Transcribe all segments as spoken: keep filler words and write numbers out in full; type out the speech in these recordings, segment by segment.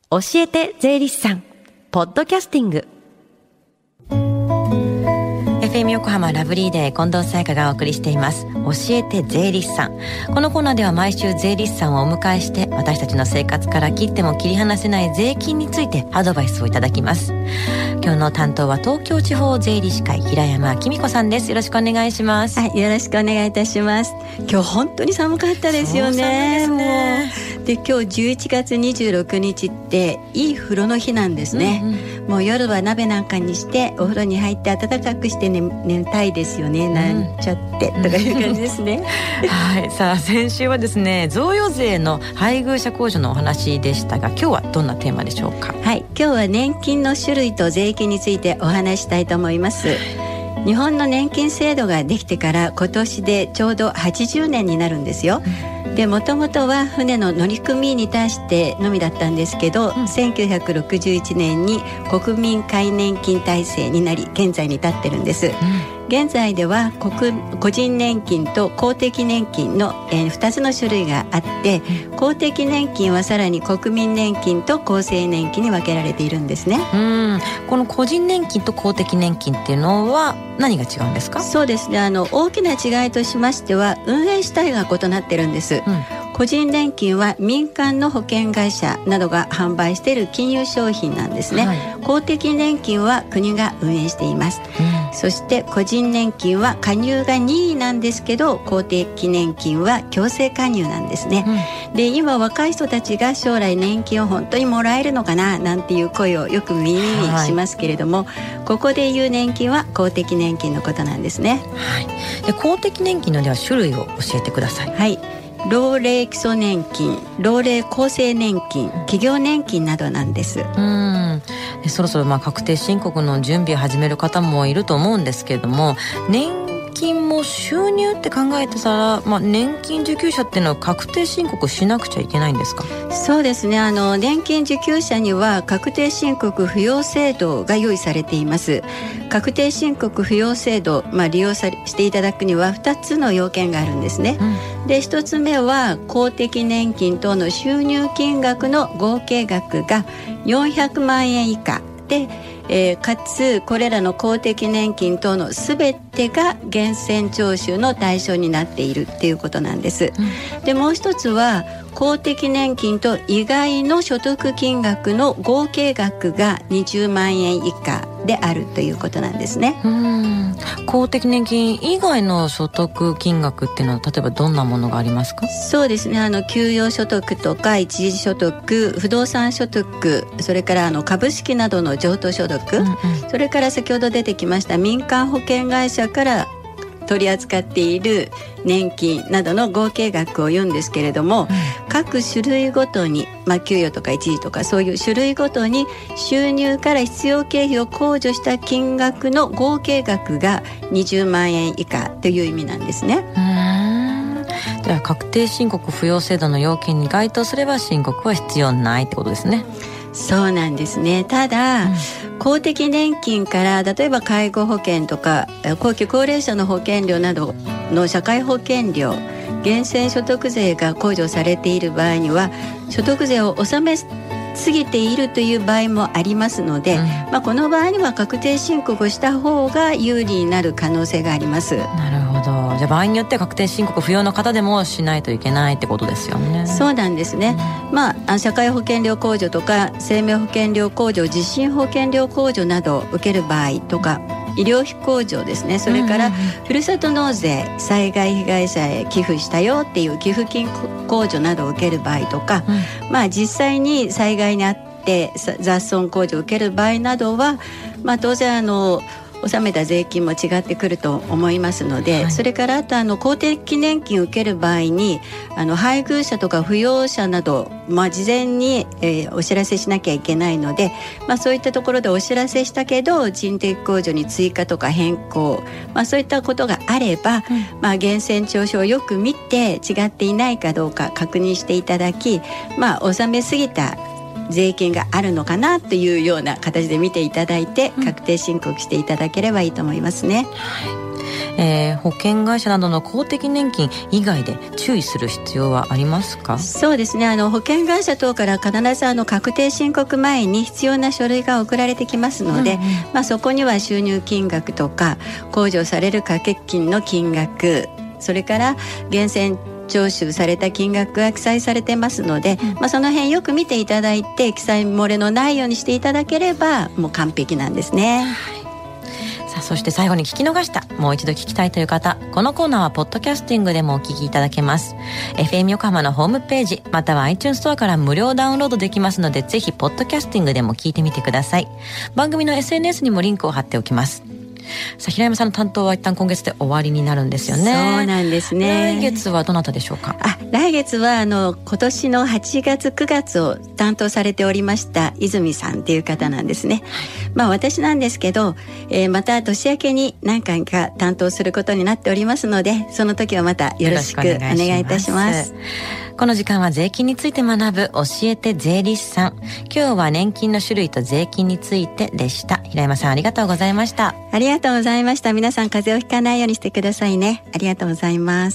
教えて税理士さんポッドキャスティング。 エフエム 横浜ラブリーデー近藤沙耶香がお送りしています、教えて税理士さん。このコーナーでは毎週税理士さんをお迎えして、私たちの生活から切っても切り離せない税金についてアドバイスをいただきます。今日の担当は東京地方税理士会平山紀美子さんです。よろしくお願いします。 はい、よろしくお願いいたします。今日本当に寒かったですよね。 そうですね。 で今日じゅういちがつにじゅうろくにちっていい風呂の日なんですね、うんうん、もう夜は鍋なんかにしてお風呂に入って暖かくして、ね、寝たいですよね、なんちゃって、うん、とかいう感じですねはい、さあ先週はですね、贈与税の配偶者控除のお話でしたが、今日はどんなテーマでしょうか。 はい、今日は年金の種類と税金についてお話したいと思います。日本の年金制度ができてから今年でちょうどはちじゅうねんになるんですよ、うん、でもともとは船の乗組員に対してのみだったんですけど、うん、せんきゅうひゃくろくじゅういちねんに国民皆年金体制になり現在に至ってるんです、うん。現在では 国個人年金と公的年金の、えー、ふたつの種類があって、公的年金はさらに国民年金と厚生年金に分けられているんですね。 うん、この個人年金と公的年金っていうのは何が違うんですか。 そうですね、あの大きな違いとしましては運営主体が異なっているんです、うん。個人年金は民間の保険会社などが販売している金融商品なんですね、はい。公的年金は国が運営しています、うん。そして個人年金は加入が任意なんですけど、公的年金は強制加入なんですね、うん。で今若い人たちが将来年金を本当にもらえるのかななんていう声をよく耳にしますけれども、はい、ここでいう年金は公的年金のことなんですね、 はい。で公的年金のでは種類を教えてください。 はい、老齢基礎年金、老齢厚生年金、企業年金などなんです。 うんでそろそろまあ確定申告の準備を始める方もいると思うんですけれども、年金も収入って考えてたら、まあ、年金受給者っていうのは確定申告しなくちゃいけないんですか。 そうですね、あの年金受給者には確定申告不要制度が用意されています。確定申告不要制度、まあ、利用さしていただくにはふたつの要件があるんですね、うん。でひとつめは公的年金等の収入金額の合計額がよんひゃくまんえん以下で、えー、かつこれらの公的年金等のすべてが源泉徴収の対象になっているっていうことなんです、うん。でもう一つは公的年金と以外の所得金額の合計額がにじゅうまんえん以下であるということなんですね。 うーん公的年金以外の所得金額っていうのは例えばどんなものがありますか。 そうですね、あの給与所得とか一時所得、不動産所得、それからあの株式などの譲渡所得、うんうん、それから先ほど出てきました民間保険会社から取り扱っている年金などの合計額を言うんですけれども、うん、各種類ごとに、まあ、給与とか一時とかそういう種類ごとに収入から必要経費を控除した金額の合計額がにじゅうまんえん以下という意味なんですね。 うーんでは確定申告不要制度の要件に該当すれば申告は必要ないってことですね。 そうなんですね。ただ、うん、公的年金から例えば介護保険とか後期高齢者の保険料などの社会保険料、源泉所得税が控除されている場合には所得税を納め過ぎているという場合もありますので、うんまあ、この場合には確定申告をした方が有利になる可能性があります。 なるほど。じゃあ場合によっては確定申告不要の方でもしないといけないってことですよね。 そうなんですね、うんまあ、社会保険料控除とか生命保険料控除、地震保険料控除などを受ける場合とか、医療費控除ですね、それからふるさと納税、災害被害者へ寄付したよっていう寄付金控除などを受ける場合とか、うんまあ、実際に災害にあって雑損控除を受ける場合などは、まあ、当然あの納めた税金も違ってくると思いますので、はい、それからあとあの公的年金を受ける場合にあの配偶者とか扶養者など、まあ、事前に、えー、お知らせしなきゃいけないので、まあ、そういったところでお知らせしたけど人的控除に追加とか変更、まあ、そういったことがあれば、うんまあ、源泉徴収をよく見て違っていないかどうか確認していただき、まあ、納めすぎた税金があるのかなというような形で見ていただいて、確定申告していただければいいと思いますね。 はい。えー、保険会社などの公的年金以外で注意する必要はありますか？ そうですね、あの保険会社等から必ずあの確定申告前に必要な書類が送られてきますので、うんうん、まあ、そこには収入金額とか控除される掛け金の金額、それから源泉徴収された金額が記載されてますので、うん、まあ、その辺よく見ていただいて記載漏れのないようにしていただければもう完璧なんですね。はい。 そして最後に聞き逃した、もう一度聞きたいという方、このコーナーはポッドキャスティングでもお聞きいただけます。 エフエム 横浜のホームページまたは iTunes ストアから無料ダウンロードできますので、ぜひポッドキャスティングでも聞いてみてください。番組の エスエヌエス にもリンクを貼っておきます。さあ、平山さんの担当は一旦今月で終わりになるんですよね。 そうなんですね。 来月はどなたでしょうか？ あ、来月はあの今年のはちがつくがつを担当されておりました泉さんっていう方なんですね。まあ私なんですけど、えー、また年明けに何回か担当することになっておりますので、その時はまたよろしくお願いいたします。 この時間は税金について学ぶ教えて税理士さん。今日は年金の種類と税金についてでした。平山さん、ありがとうございました。 ありがとうございました。皆さん風邪をひかないようにしてくださいね。ありがとうございます。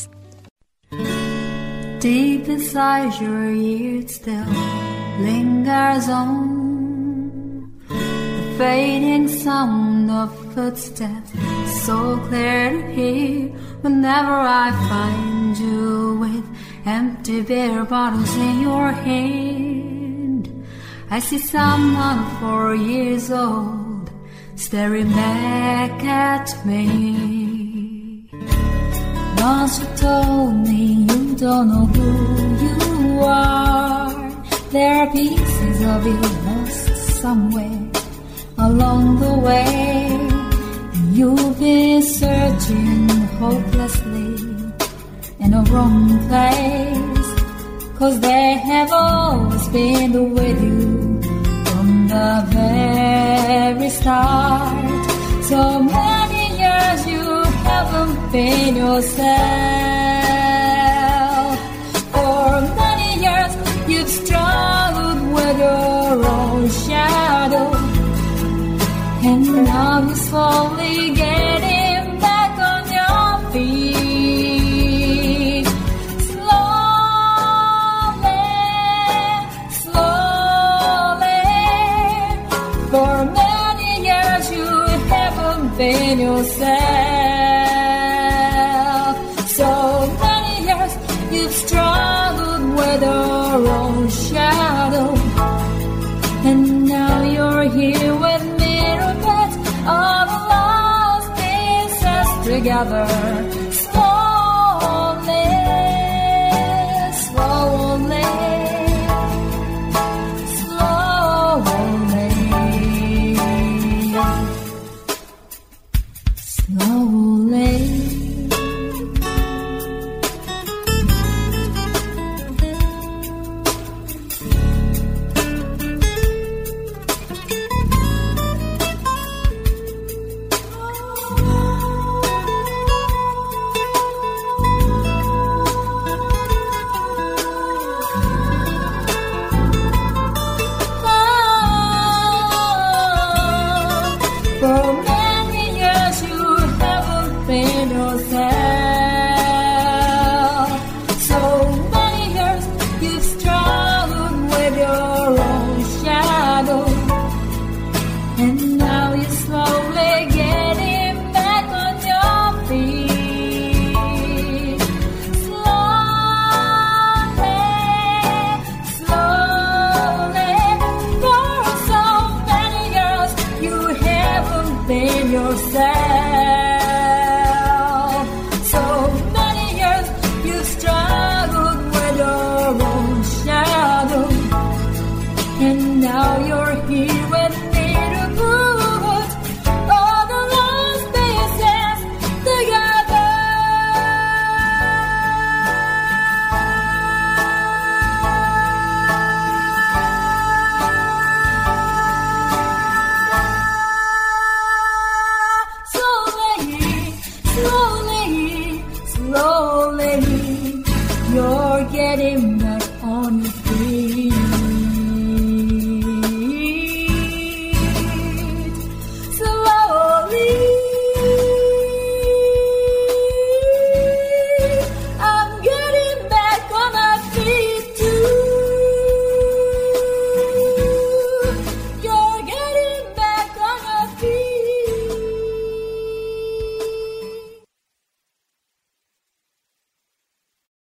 Deep inside your ears still lingers on the fading sound of footsteps, so clear to hear whenever I find you with empty beer bottles in your hand. I see someone four years old staring back at me. Once you told me you don't know who you are. There are pieces of you lost somewhere along the way. You've been searching hopelessly in a wrong place, 'cause they have always been with you from the very start. So many years you haven't been yourself. For many years you've struggled with your own shadow, and now you're slowly getting back on your feet. Slowly, slowly. For many years you haven't been yourself. So many years you've struggled with your own shadow, and now you're here with mirror bits of lost pieces together. Slowly, slowly, slowly, slowly. And now you're here with